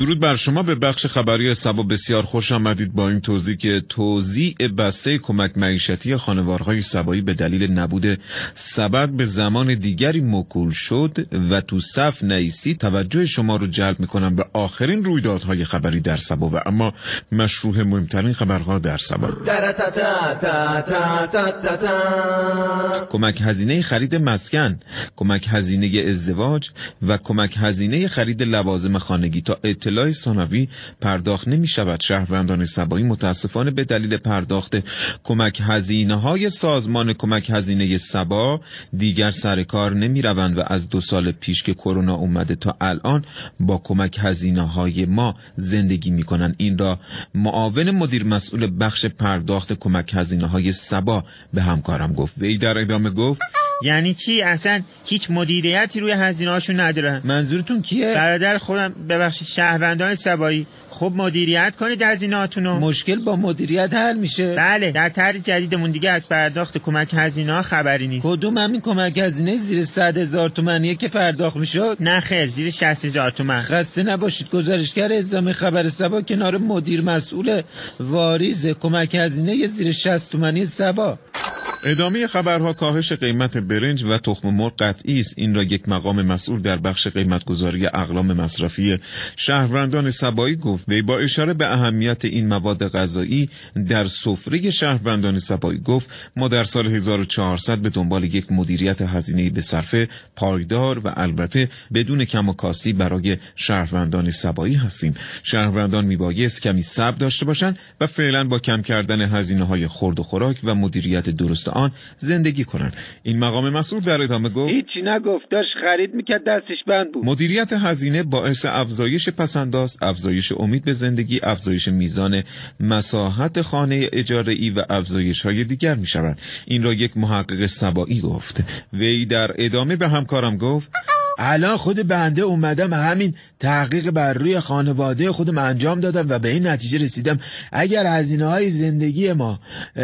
درود بر شما. به بخش خبری سبا بسیار خوش آمدید با این توضیح که توزیع بسته کمک معیشتی خانوارهای سبایی به دلیل نبود سبد به زمان دیگری موکول شد و تو صف نایستی. توجه شما رو جلب میکنم به آخرین رویدادهای خبری در سبا و اما مشروع مهمترین خبرها در سبا. کمک هزینه خرید مسکن، کمک هزینه ازدواج و کمک هزینه خرید لوازم خانگی تا اطلاع ثانوی پرداخت نمی شود. شهروندان سبایی متاسفانه به دلیل پرداخت کمک هزینه های سازمان کمک هزینه سبا دیگر سر کار نمی روند و از 2 سال پیش که کرونا اومده تا الان با کمک هزینه های ما زندگی می کنن. این را معاون مدیر مسئول بخش پرداخت کمک هزینه های سبا به همکارم گفت. وی در ادامه گفت یعنی چی؟ اصلا هیچ مدیریتی روی هزینه هاشون ندارن. منظورتون کیه؟ برادر خودم ببخشید شهروندان سبایی. خب مدیریت کنید هزینه هاتونو. مشکل با مدیریت حل میشه؟ بله، در طرح جدیدمون دیگه از پرداخت کمک هزینه ها خبری نیست. کدوم همین کمک هزینه زیر 100,000 تومانیه که پرداخت میشد؟ نه خیر، زیر 60,000 تومان. خسته نباشید. گزارشگر اعزامی خبر سبا کنار مدیر مسئول واریز کمک هزینه زیر 60 تومانی سبا. ادامه خبرها. کاهش قیمت برنج و تخم مرغ قطعی است. این را یک مقام مسئول در بخش قیمتگذاری اقلام مصرفی شهروندان سبایی گفت. وی با اشاره به اهمیت این مواد غذایی در سفره شهروندان سبایی گفت ما در سال 1400 به دنبال یک مدیریت هزینه به صرفه پایدار و البته بدون کم و کاستی برای شهروندان سبایی هستیم. شهروندان میبایست کمی صبر داشته باشند و فعلا با کم کردن هزینه‌های خورد و خوراک و مدیریت درست آن زندگی کنن. این مقام مسئول در ادامه گفت هیچی نگفت، داشت خرید میکرد دستش بند بود. مدیریت هزینه باعث افزایش پسنداز، افزایش امید به زندگی، افزایش میزان مساحت خانه اجاره‌ای و افزایش های دیگر می شود. این را یک محقق سبایی گفت. وی در ادامه به همکارم گفت الان خود بنده اومدم همین تحقیق بر روی خانواده خودم انجام دادم و به این نتیجه رسیدم اگر هزینه‌های زندگی ما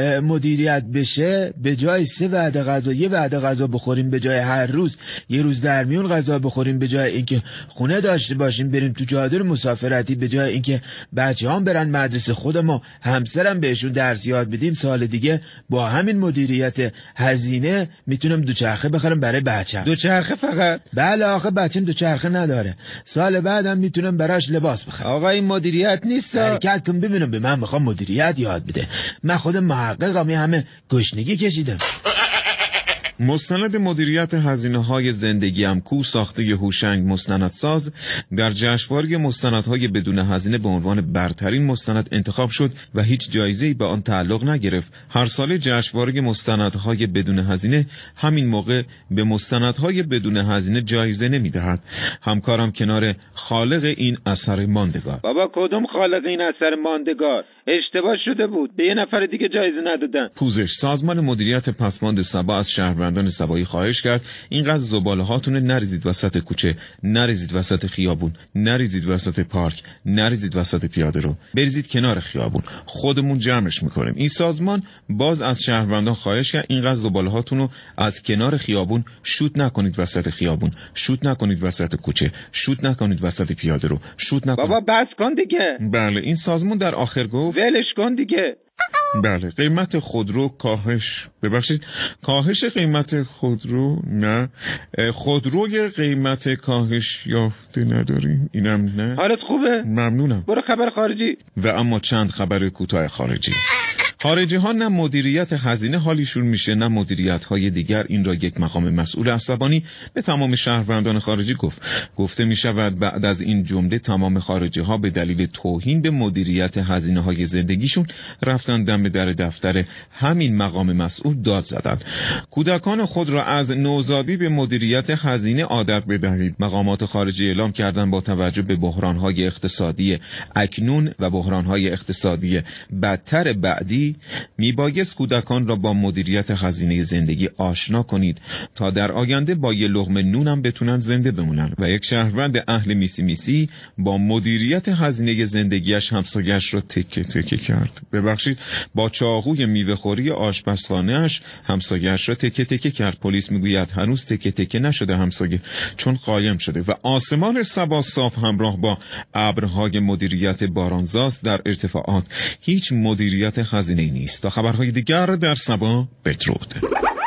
مدیریت بشه به جای 3 وعده غذا 1 وعده غذا بخوریم، به جای هر روز 1 روز در میون غذا بخوریم، به جای اینکه خونه داشته باشیم بریم تو چادر مسافرتی، به جای اینکه بچه‌هام برن مدرسه خود ما همسرم بهشون درس یاد بدیم، سال دیگه با همین مدیریت هزینه میتونم دوچرخه بخرم برای بچه‌م. دوچرخه فقط؟ بله آخه بچه‌م دوچرخه نداره. سال بعدم میتونم براش لباس بخرم. آقا این مدیریت نیست. حرکت کن ببینم به من میخوام مدیریت یاد بده. من خودم محققم، همه گشنگی کشیدم. مستند مدیریت هزینه‌های زندگی امکو ساخته هوشنگ مستندساز در جشنواره مستندهای بدون هزینه به عنوان برترین مستند انتخاب شد و هیچ جایزه‌ای به آن تعلق نگرفت. هر سال جشنواره مستندهای بدون هزینه همین موقع به مستندهای بدون هزینه جایزه نمی‌دهد. همکارم کنار خالق این اثر ماندگار. بابا کدوم خالق این اثر ماندگار؟ اشتباه شده بود، به یه نفر دیگه جایزه ندادن. پوزش. سازمان مدیریت پسماند سبا از شهروندان سبایی خواهش کرد اینقدر زباله هاتون نریزید وسط کوچه، نریزید وسط خیابون، نریزید وسط پارک، نریزید وسط پیاده رو، بریزید کنار خیابون، خودمون جمعش میکنیم. این سازمان باز از شهروندان خواهش کرد اینقدر زباله هاتون رو از کنار خیابون شوت نکنید وسط خیابون، شوت نکنید وسط کوچه، شوت نکنید وسط پیاده رو، شوت نکنید. بابا بس کن دیگه. بله این سازمان در آخر گفت ولش کن دیگه. بله قیمت خودرو کاهش قیمت خودرو نه خودروی قیمت کاهش یافته نداریم. اینم نه. حالت خوبه؟ ممنونم. برو خبر خارجی. و اما چند خبر کوتاه خارجی. خارجی ها نه مدیریت هزینه حالیشون میشه نه مدیریت های دیگر. این را یک مقام مسئول عصبانی به تمام شهروندان خارجی گفته می شود بعد از این جمله تمام خارجی ها به دلیل توهین به مدیریت هزینه های زندگیشون رفتن دم در دفتر همین مقام مسئول داد زدن. کودکان خود را از نوزادی به مدیریت هزینه عادت بدهید. مقامات خارجی اعلام کردن با توجه به بحران های اقتصادی اکنون و بحران های اقتصادی بدتر بعدی میسی میبایست کودکان را با مدیریت هزینه زندگی آشنا کنید تا در آینده با یه لقمه نونم بتونن زنده بمونن. و یک شهروند اهل میسی با مدیریت هزینه زندگیش همسایه‌اش را تکه تکه کرد. ببخشید، با چاقوی میوه‌خوری آشپزخانه‌اش همسایه‌اش را تکه تکه کرد. پلیس میگوید هنوز تکه تکه نشده همسایه، چون قایم شده و آسمان صبا صاف همراه با ابرهای مدیریت بارانزاست. در ارتفاعات هیچ مدیریت هزینه‌ای نیست. تا خبرهای دیگر در صبا بدرود.